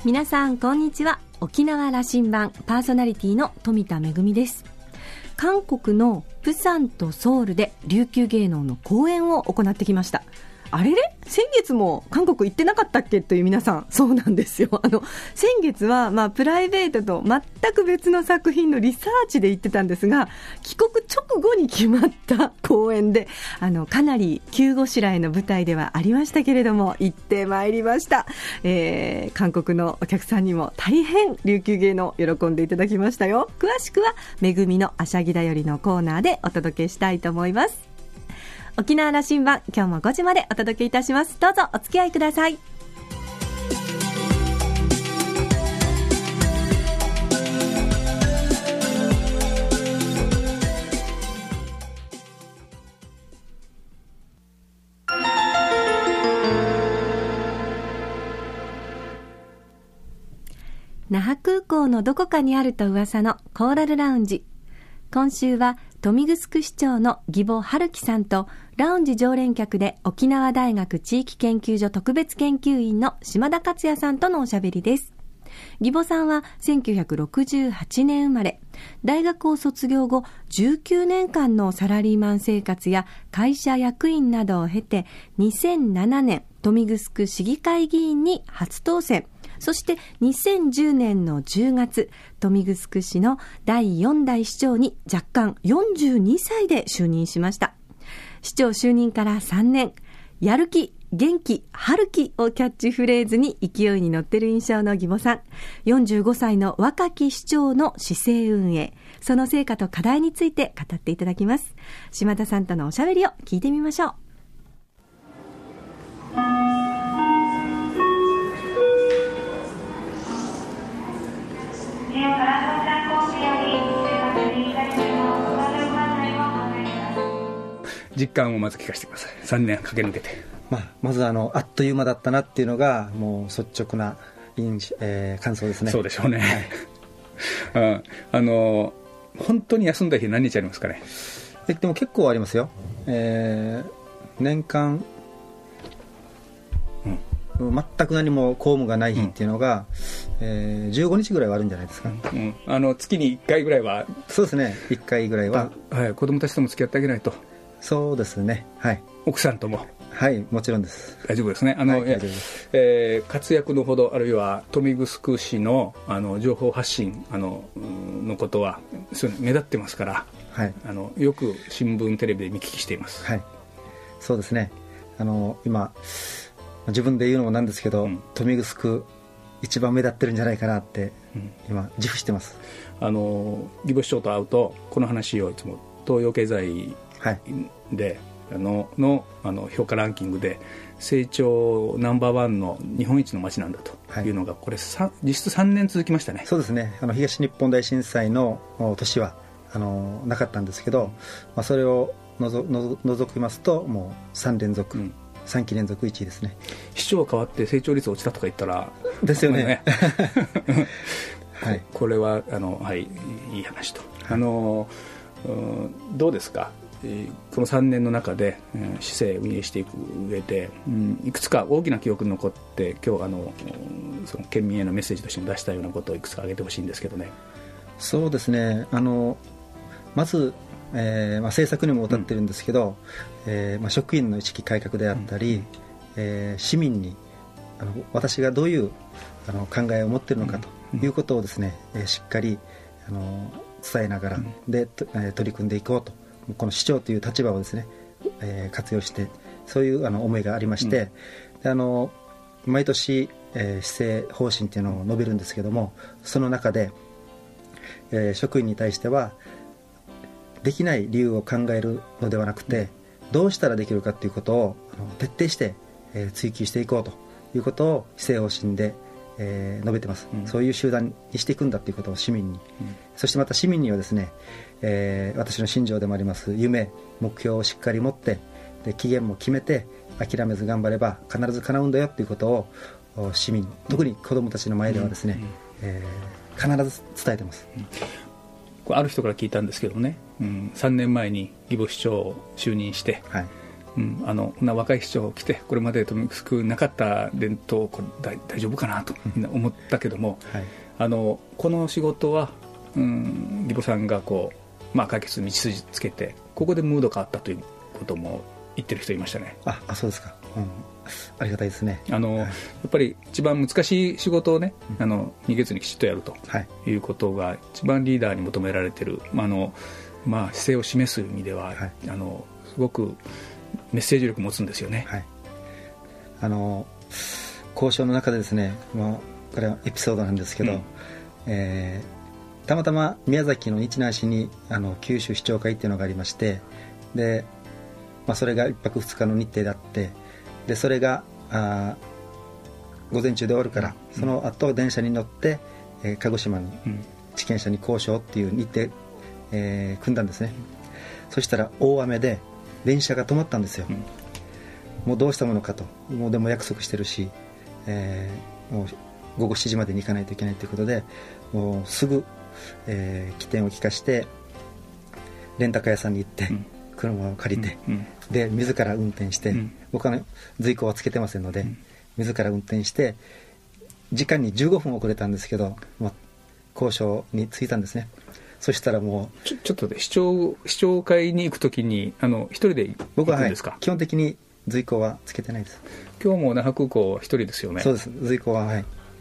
皆さんこんにちは。沖縄羅針盤パーソナリティの富田恵です。韓国のプサンとソウルで琉球芸能の公演を行ってきました。あれれ先月も韓国行ってなかったっけという皆さん、そうなんですよ。先月はプライベートと全く別の作品のリサーチで行ってたんですが、帰国直後に決まった公演でかなり急ごしらえの舞台ではありましたけれども、行ってまいりました。韓国のお客さんにも大変琉球芸能喜んでいただきましたよ。詳しくはめぐみのあしゃぎだよりのコーナーでお届けしたいと思います。沖縄羅針盤、今日も5時までお届けいたします。どうぞお付き合いください。那覇空港のどこかにあると噂のコーラルラウンジ。今週は豊見城市長の義母春樹さんとラウンジ常連客で沖縄大学地域研究所特別研究員の島田克也さんとのおしゃべりです。義母さんは1968年生まれ、大学を卒業後19年間のサラリーマン生活や会社役員などを経て、2007年豊見城市議会議員に初当選。そして2010年の10月、豊見城市の第4代市長に若干42歳で就任しました。市長就任から3年、やる気、元気、春気をキャッチフレーズに勢いに乗っている印象の義母さん。45歳の若き市長の市政運営、その成果と課題について語っていただきます。島田さんとのおしゃべりを聞いてみましょう。 実感をまず聞かせてください。3年駆け抜けて、 まずあっという間だったなっていうのがもう率直な感想ですね。 そうでしょうね、はい、本当に休んだ日何日ありますかね。 でも結構ありますよ。年間、全く何も公務がない日っていうのが、15日ぐらいはあるんじゃないですか、 月に1回ぐらいは。 そうですね、1回ぐらいは、 はい、子供たちとも付き合ってあげないと。 そうですね、はい、 奥さんとも。 はい、もちろんです。 大丈夫ですね。 大丈夫です。 活躍のほど、あるいは豊見城市の情報発信のことはそういうの目立ってますから、はい、よく新聞テレビで見聞きしています。 はい、そうですね。今自分で言うのもなんですけど、豊見城一番目立ってるんじゃないかなって、今自負してます。 義母市長と会うとこの話をいつも東洋経済で、の評価ランキングで成長ナンバーワンの日本一の街なんだというのが、これ実質3年続きましたね。 そうですね。東日本大震災の年はなかったんですけど、それを除きますともう3連続、3期連続1位ですね。 市長変わって成長率落ちたとか言ったらですよねはい、 これははい、いい話と。どうですか、この3年の中で市政運営していく上で、いくつか大きな記憶に残って、今日その県民へのメッセージとしても出したようなことをいくつか挙げてほしいんですけどね。 そうですね、まず、政策にも謳ってるんですけど、職員の意識改革であったり、市民に私がどういう考えを持っているのかということをですね、しっかり伝えながらで、取り組んでいこうと、この市長という立場をですね、活用して、そういう思いがありまして、で毎年、市政方針というのを述べるんですけども、その中で、職員に対してはできない理由を考えるのではなくて、どうしたらできるかということを徹底して、追求していこうということを市政方針で述べてます、そういう集団にしていくんだということを市民に、そしてまた市民にはですね、私の信条でもあります夢、目標をしっかり持って、で期限も決めて諦めず頑張れば必ず叶うんだよということを市民、特に子どもたちの前ではですね、必ず伝えてます。 ある人から聞いたんですけどね、3年前に義母市長を就任して、 若い市長来てこれまでと少なかった伝統これ大丈夫かなとみんな思ったけども、はい、この仕事は義母さんが解決に道筋つけてここでムード変わったということも言ってる人いましたね。 そうですか、ありがたいですね。 やっぱり一番難しい仕事をね、逃げずにきちっとやるということが一番リーダーに求められている、姿勢を示す意味では、すごくメッセージ力を持つんですよね。 交渉の中でですね、これはエピソードなんですけど、たまたま宮崎の日南市に九州市長会っていうのがありまして、で、それが1泊2日の日程であって、でそれが午前中で終わるから、その後電車に乗って、鹿児島に地権者に交渉っていう日程、組んだんですね。そしたら大雨で電車が止まったんですよ。もうどうしたものかと、もうでも約束してるし、もう午後7時までに行かないといけないということで、もうすぐ、起点を利かしてレンタカー屋さんに行って、車を借りて、で自ら運転して、僕は随行はつけてませんので、自ら運転して時間に15分遅れたんですけど、交渉に着いたんですね。そしたらもうちょっとで市長会に行くときに一人で行くんですか？ 僕は、基本的に随行はつけてないです。 今日も那覇空港は一人ですよね。 そうです、随行は。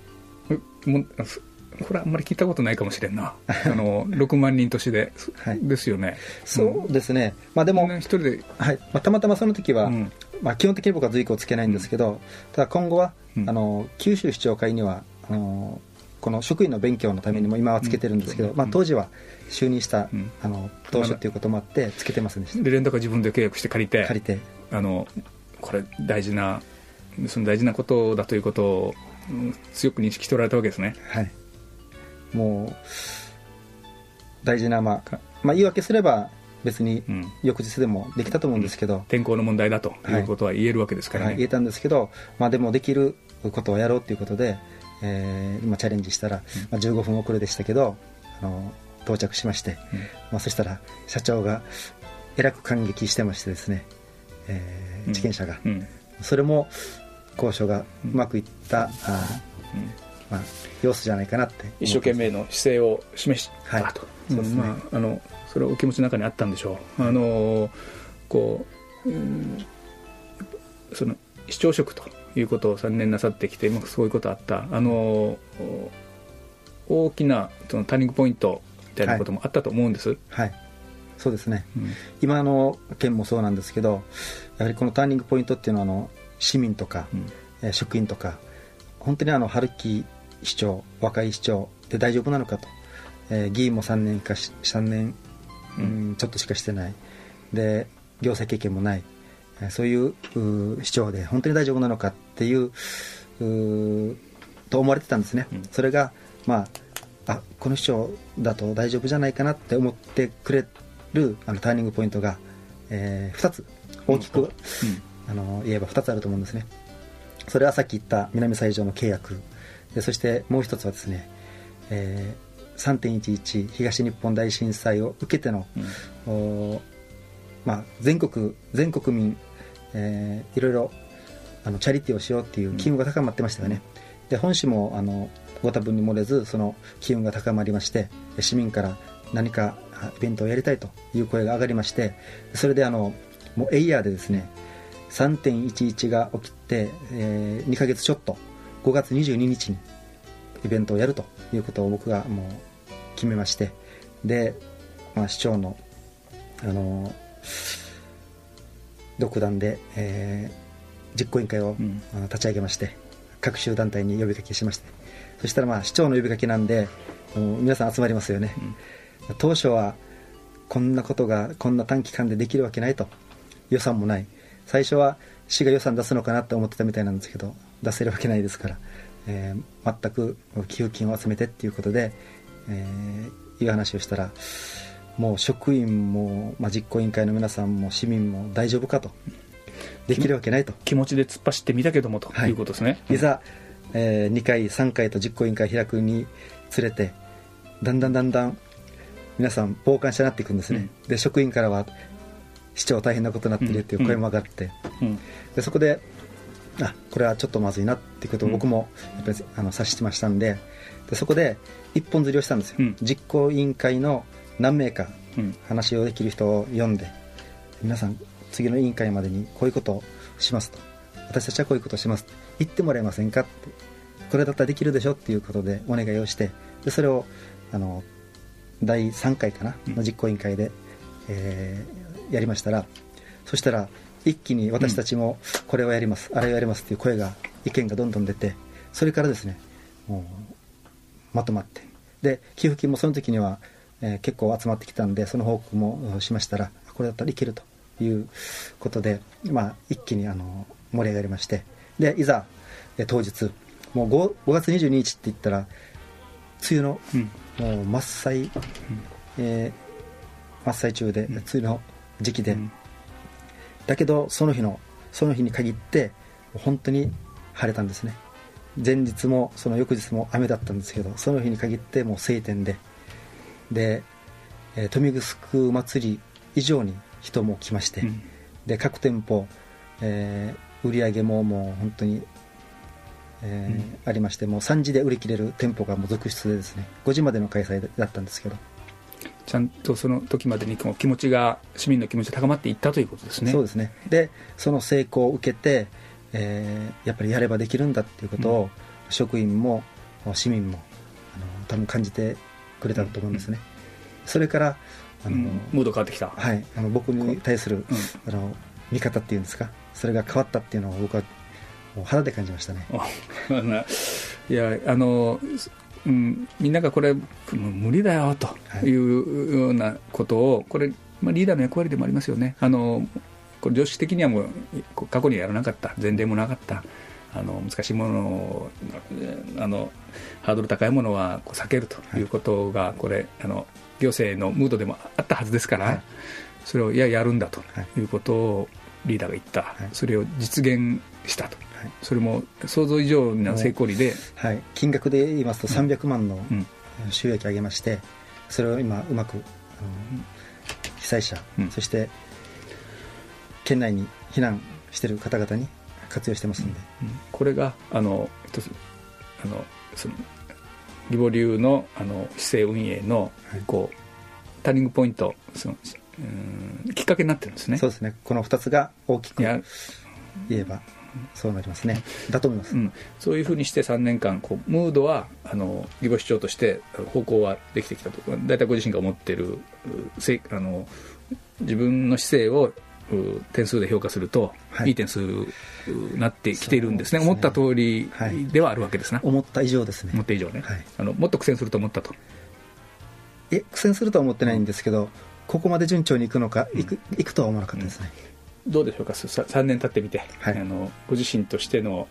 これあんまり聞いたことないかもしれんな6万人都市で、ですよね。 そうですね、でも一人で、 たまたまその時は、基本的に僕は随行つけないんですけど、ただ今後は、九州市長会にはこの職員の勉強のためにも今はつけてるんですけど、当時は就任した当初ということもあってつけてませんでした。 でレンタカー自分で契約して借りてこれ大事なことだということを強く認識しておられたわけですね。 もう大事な、言い訳すれば別に翌日でもできたと思うんですけど、 天候の問題だということは言えるわけですからね。 言えたんですけど、でもできることをやろうということで、今チャレンジしたら、15分遅れでしたけど到着しまして、そしたら社長がえらく感激してましてですね、地権者が、それも交渉がうまくいった、様子じゃないかなって一生懸命の姿勢を示したと、そうですね、それはお気持ちの中にあったんでしょう。その市長職ということを3年なさってきて、そういうことあった、大きなそのターニングポイントみたいなこともあったと思うんです。 そうですね、今の件もそうなんですけど、やはりこのターニングポイントっていうのは市民とか、職員とか本当に春木市長、若い市長で大丈夫なのかと、議員も3年ちょっとしかしてない、で行政経験もない、そういう市長で本当に大丈夫なのかっていうと思われてたんですね。それがこの市長だと大丈夫じゃないかなって思ってくれるターニングポイントが、2つ大きく、言えば2つあると思うんですね。それはさっき言った南西条の契約で、そしてもう一つはですね、3.11 東日本大震災を受けての、全国民、いろいろチャリティーをしようっていう機運が高まってましたよね。で本市もご多分に漏れずその機運が高まりまして、市民から何かイベントをやりたいという声が上がりまして、それでもうエイヤーでですね 3.11 が起きて、2ヶ月ちょっと5月22日にイベントをやるということを僕がもう決めまして、で、市長の独断で、実行委員会を立ち上げまして、各州団体に呼びかけしまして、そしたら市長の呼びかけなんで皆さん集まりますよね。当初はこんなことがこんな短期間でできるわけないと、予算もない、最初は市が予算出すのかなと思ってたみたいなんですけど、出せるわけないですから、全く寄付金を集めてっていうことで、いう話をしたら、もう職員も、実行委員会の皆さんも市民も大丈夫かと、できるわけないと、 気持ちで突っ走ってみたけどもということですね。 いざ、2回3回と実行委員会開くにつれて、だんだん皆さん傍観者になっていくんですね。で職員からは市長大変なことになってるっていう声も上がって、でそこでこれはちょっとまずいなっていうことを僕もやっぱり察してましたんで、そこで一本釣りをしたんですよ、実行委員会の何名か話をできる人を呼んで、皆さん次の委員会までにこういうことをしますと、私たちはこういうことをしますと言ってもらえませんかって、これだったらできるでしょっていうことでお願いをして、でそれを第3回かなの実行委員会で、やりましたら、そしたら一気に私たちもこれをやります、あれをやりますっていう声が意見がどんどん出て、それからですねもうまとまって、で寄付金もその時には、結構集まってきたんで、その報告もしましたら、これだったらいけるということで、一気に盛り上がりまして、でいざ当日もう 5月22日って言ったら梅雨の、もう真っ最中で、梅雨の時期で、だけどその日に限って本当に晴れたんですね。前日もその翌日も雨だったんですけど、その日に限ってもう晴天で、豊見城祭り以上に人も来まして、で各店舗、売り上げももう本当に、ありまして、もう3時で売り切れる店舗がもう続出でですね、5時までの開催だったんですけど、 ちゃんとその時までに気持ちが、市民の気持ちが高まっていったということですね。 そうですね。でその成功を受けて、やっぱりやればできるんだっていうことを、職員も市民も多分感じてくれたと思うんですね。それからムード変わってきた。 はい、僕に対する、見方っていうんですか、それが変わったっていうのを僕はもう肌で感じましたね。 いやみんながこれ無理だよというようなことを、これ、リーダーの役割でもありますよね。これ常識的にはもう過去にやらなかった、前例もなかった、難しいものをハードル高いものは避けるということが、これ行政のムードでもあったはずですから、それをやるんだということをリーダーが言った、それを実現したと、それも想像以上の成功率で、 金額で言いますと300万の収益を上げまして、それを今うまく被災者、そして県内に避難している方々に活用してますので、 これが一つその義母流の市政運営のターニングポイント、きっかけになってるんですね。 そうですね。この2つが大きく言えばそうなりますね。だと思います。 そういうふうにして3年間ムードは義母市長として方向はできてきたと。大体ご自身が思っている自分の市政を点数で評価すると、いい点数になってきているんですね。思った通りではあるわけですね。 思った以上ですね。 思った以上ね。もっと苦戦すると思ったと。 苦戦するとは思ってないんですけど、ここまで順調にいくのか、いくとは思わなかったですね。 どうでしょうか、3年経ってみて、ご自身としての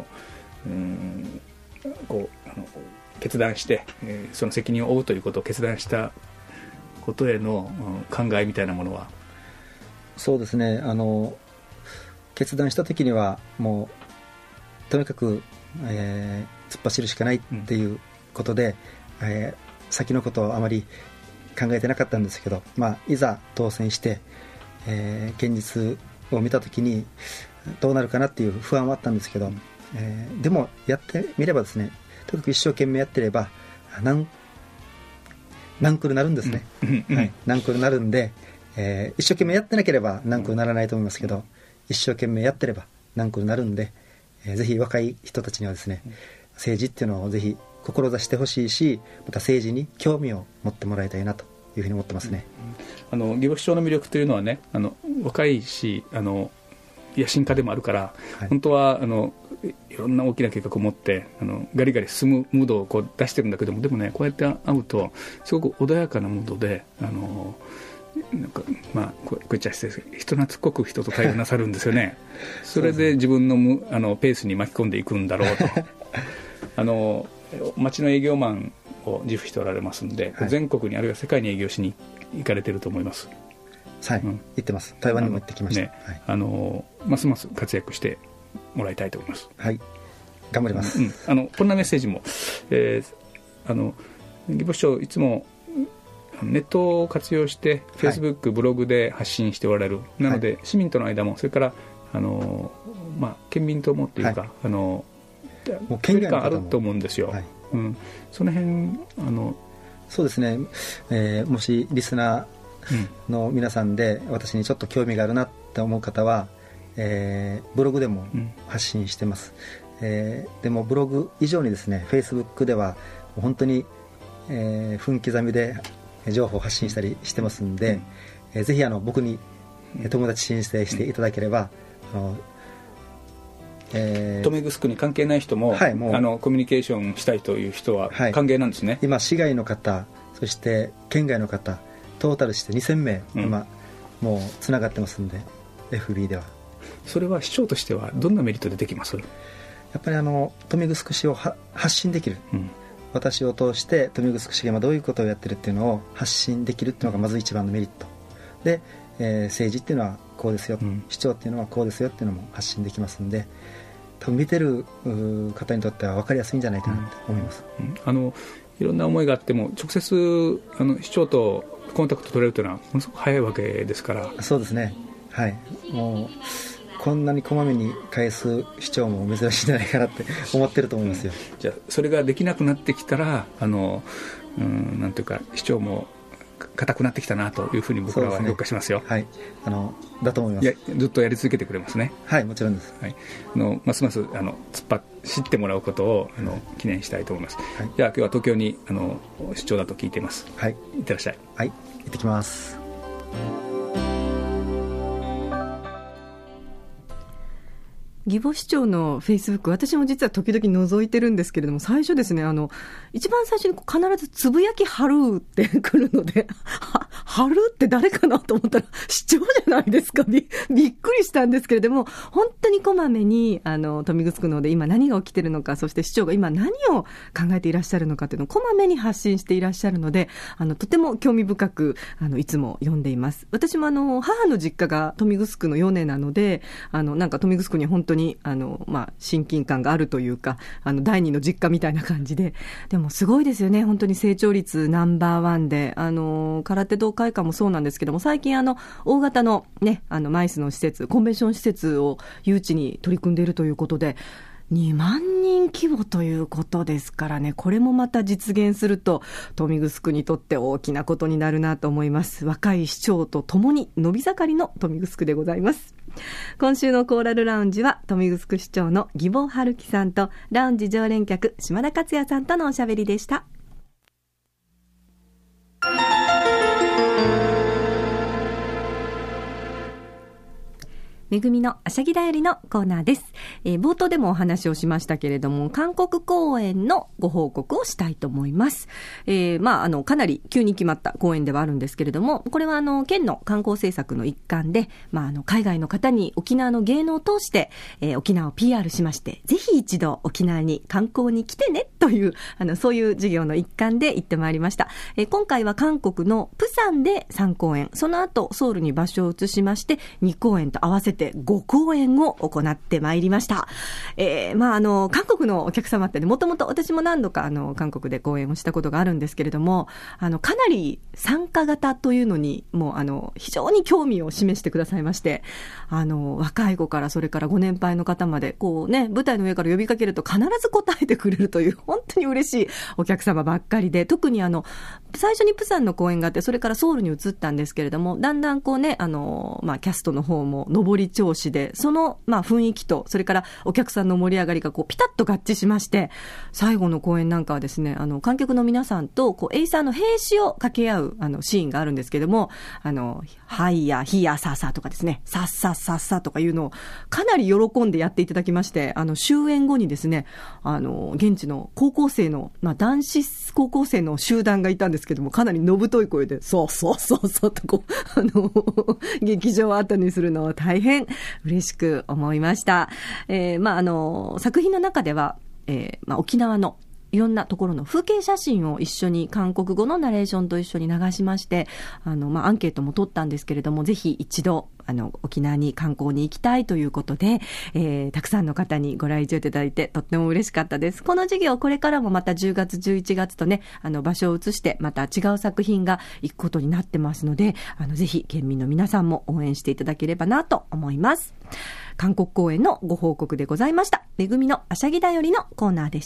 決断して、その責任を負うということを決断したことへの考えみたいなものは。 そうですね、決断した時にはもうとにかく、突っ走るしかないっていうことで、先のことをあまり考えてなかったんですけど、いざ当選して、現実を見た時にどうなるかなっていう不安はあったんですけど、でもやってみればですね、とにかく一生懸命やってれば何クルなるんですね。何クルなるんで、一生懸命やってなければ何クルならないと思いますけど、一生懸命やってれば何クルなるんで、ぜひ若い人たちにはですね、政治っていうのをぜひ志してほしいし、また政治に興味を持ってもらいたいなというふうに思ってますね。 義母市長の魅力というのはね、若いし野心家でもあるから、本当はいろんな大きな計画を持ってガリガリ進むムードを出してるんだけども、でもね、こうやって会うとすごく穏やかなムードで、こう言っちゃ失礼ですけど、人懐っこく人と対応なさるんですよね。それで自分のペースに巻き込んでいくんだろうと。町の営業マンを自負しておられますんで、全国にあるいは世界に営業しに行かれてると思います。 行ってます。台湾にも行ってきました。 ますます活躍してもらいたいと思います。 頑張ります。 こんなメッセージも、義母市長いつもネットを活用して Facebook、ブログで発信しておられる。なので、市民との間も、それから県民ともっていうか、距離感あると思うんですよ。その辺そうですね、もしリスナーの皆さんで私にちょっと興味があるなって思う方は、ブログでも発信してます。でもブログ以上にですね、Facebook では本当に、分刻みで情報を発信したりしてますんで、ぜひ僕に友達申請していただければ、 留め具に関係ない人も、もうコミュニケーションしたいという人は歓迎なんですね。 今市外の方、そして県外の方、トータルして2000名、今もうつながってますんで、 FB では。 それは市長としてはどんなメリットでできます？ やっぱり豊見城市を発信できる、私を通して豊見城市が今どういうことをやってるっていうのを発信できるっていうのがまず一番のメリットで、政治っていうのはこうですよ、市長っていうのはこうですよっていうのも発信できますんで、多分見てる方にとっては分かりやすいんじゃないかなと思います。 いろんな思いがあっても直接市長とコンタクト取れるというのはものすごく早いわけですから。 そうですね、はい、もうこんなにこまめに返す市長も珍しいんじゃないかなって思ってると思いますよ。 じゃあそれができなくなってきたらなんていうか市長も硬くなってきたなというふうに僕らは評価しますよ。 はい、だと思います。 ずっとやり続けてくれますね。 はい、もちろんです。 はい、ますます知ってもらうことを記念したいと思います。はい、じゃあ今日は東京に出張だと聞いています。はい、いってらっしゃい。 はい、行ってきます。 義母市長のフェイスブック、私も実は時々覗いてるんですけれども、最初ですね、一番最初に必ずつぶやき貼るって来るので、貼るって誰かなと思ったら市長じゃないですか。びっくりしたんですけれども、本当にこまめに豊見城ので今何が起きてるのか、そして市長が今何を考えていらっしゃるのかっていうのをこまめに発信していらっしゃるので、とても興味深くいつも読んでいます。私も母の実家が豊見城の米根なので、なんか豊見城に本当に親近感があるというか、第二の実家みたいな感じで、でもすごいですよね。本当に成長率ナンバーワンで、空手道会館もそうなんですけども、最近大型のね、マイスの施設、コンベンション施設を誘致に取り組んでいるということで、2万人規模ということですからね、これもまた実現すると豊見城にとって大きなことになるなと思います。若い市長とともに伸び盛りの豊見城でございます。今週のコーラルラウンジは豊見城市長の義母春樹さんとラウンジ常連客島田克也さんとのおしゃべりでした。めぐみのあしゃぎだよりのコーナーです。冒頭でもお話をしましたけれども、韓国公演のご報告をしたいと思います。かなり急に決まった公演ではあるんですけれども、これは県の観光政策の一環で、海外の方に沖縄の芸能を通して、沖縄を PR しまして、ぜひ一度沖縄に観光に来てねというそういう事業の一環で行ってまいりました。今回は韓国のプサンで3公演、その後ソウルに場所を移しまして2公演と合わせて5公演を行ってまいりました。韓国のお客様ってね、もともと私も何度か韓国で公演をしたことがあるんですけれども、かなり参加型というのにもう非常に興味を示してくださいまして、若い子からそれからご年配の方までこうね、舞台の上から呼びかけると必ず答えてくれるという本当に嬉しいお客様ばっかりで、特に最初にプサンの公演があって、それからソウルに移ったんですけれども、だんだんこうね、キャストの方も上り調子で、その雰囲気とそれからお客さんの盛り上がりがこうピタッと合致しまして、最後の公演なんかはですね、観客の皆さんとこうエイサーの兵士を掛け合うシーンがあるんですけども、はいやひやささとかですね、さっさっさっさとかいうのをかなり喜んでやっていただきまして、終演後にですね、現地の高校生の、男子高校生の集団がいたんですけども、かなりのぶとい声でそうそうそうそうとこう劇場を後にするのは大変嬉しく思いました。作品の中では、沖縄のいろんなところの風景写真を一緒に韓国語のナレーションと一緒に流しまして、アンケートも取ったんですけれども、ぜひ一度沖縄に観光に行きたいということで、たくさんの方にご来場いただいてとっても嬉しかったです。この授業これからもまた10月11月とね、場所を移してまた違う作品が行くことになってますので、ぜひ県民の皆さんも応援していただければなと思います。韓国公演のご報告でございました。めぐみのあしゃぎだよりのコーナーでした。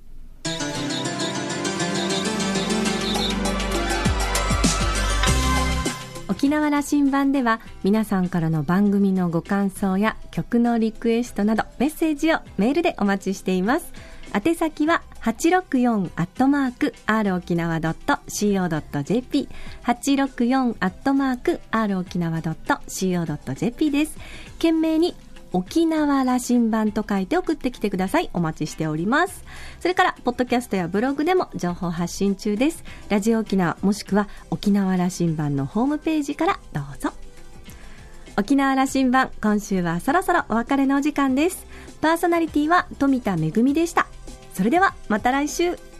沖縄羅針盤では皆さんからの番組のご感想や曲のリクエストなどメッセージをメールでお待ちしています。宛先は 864@rokinawa.co.jp 864@rokinawa.co.jp です。懸命に沖縄羅針盤と書いて送ってきてください。お待ちしております。それからポッドキャストやブログでも情報発信中です。ラジオ沖縄もしくは沖縄羅針盤のホームページからどうぞ。沖縄羅針盤、今週はそろそろお別れのお時間です。パーソナリティは富田恵でした。それではまた来週。